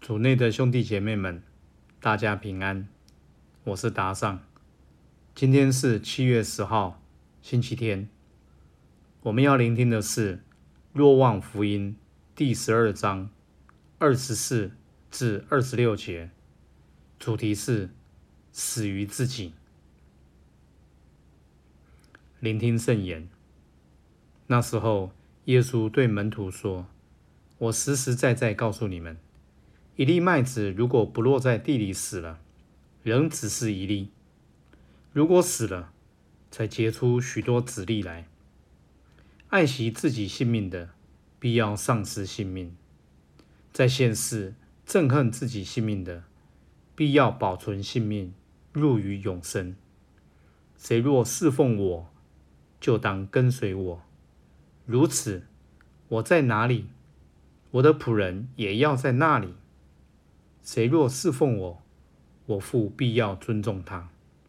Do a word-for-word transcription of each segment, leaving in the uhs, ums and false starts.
主内的兄弟姐妹们，大家平安，我是达尚。今天是七月十号，星期天。我们要聆听的是《若望福音》第十二章二十四至二十六节，主题是死于自己。聆听圣言。那时候，耶稣对门徒说：“我实实在在告诉你们，一粒麦子如果不落在地里死了，仍只是一粒；如果死了，才结出许多子粒来。爱惜自己性命的，必要丧失性命；在现世憎恨自己性命的，必要保存性命，入于永生。谁若侍奉我，就当跟随我。如此，我在哪里，我的仆人也要在那里。谁若侍奉我，我父必要尊重他。”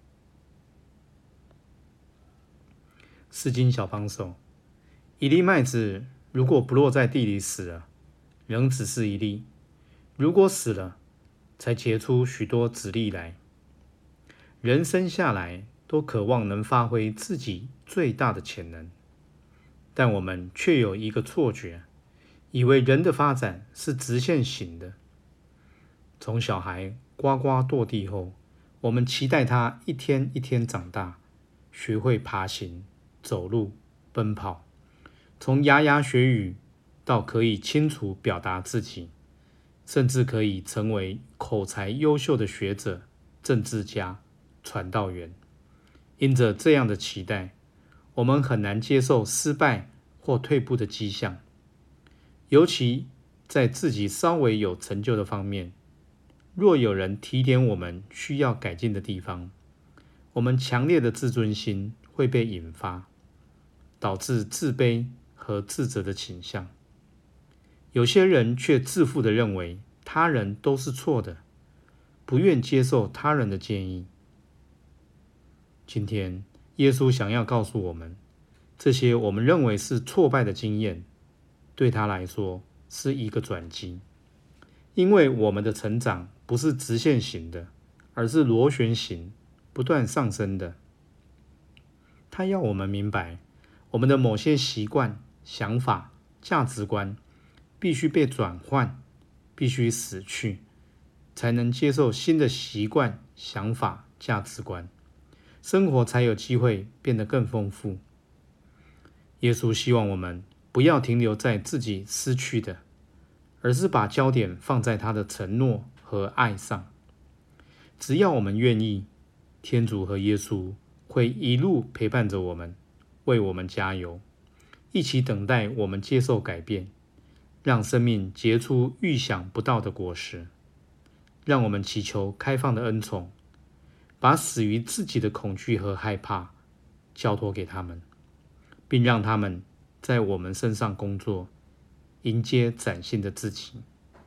释经小帮手。一粒麦子如果不落在地里死了，仍只是一粒；如果死了，才结出许多子粒来。人生下来都渴望能发挥自己最大的潜能，但我们却有一个错觉，以为人的发展是直线型的。从小孩呱呱堕地后，我们期待他一天一天长大，学会爬行、走路、奔跑，从牙牙学语到可以清楚表达自己，甚至可以成为口才优秀的学者、政治家、传道员。因着这样的期待，我们很难接受失败或退步的迹象，尤其在自己稍微有成就的方面。若有人提点我们需要改进的地方，我们强烈的自尊心会被引发，导致自卑和自责的倾向。有些人却自负地认为他人都是错的，不愿接受他人的建议。今天，耶稣想要告诉我们，这些我们认为是挫败的经验，对他来说是一个转机。因为我们的成长不是直线型的，而是螺旋形，不断上升的。他要我们明白，我们的某些习惯、想法、价值观必须被转换，必须死去，才能接受新的习惯、想法、价值观，生活才有机会变得更丰富。耶稣希望我们不要停留在自己失去的，而是把焦点放在他的承诺和爱上。只要我们愿意，天主和耶稣会一路陪伴着我们，为我们加油，一起等待我们接受改变，让生命结出预想不到的果实。让我们祈求开放的恩宠，把死于自己的恐惧和害怕交托给他们，并让他们在我们身上工作，迎接崭新的自己。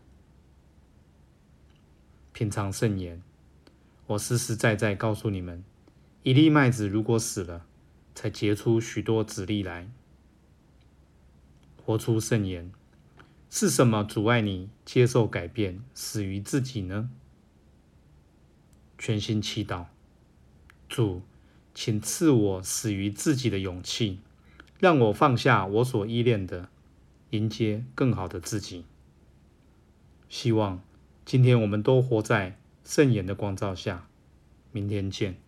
品尝圣言。我实实在在告诉你们，一粒麦子如果死了，才结出许多子粒来。活出圣言。是什么阻碍你接受改变，死于自己呢？全心祈祷。主，请赐我死于自己的勇气，让我放下我所依恋的，迎接更好的自己。希望今天我们都活在圣言的光照下。明天见。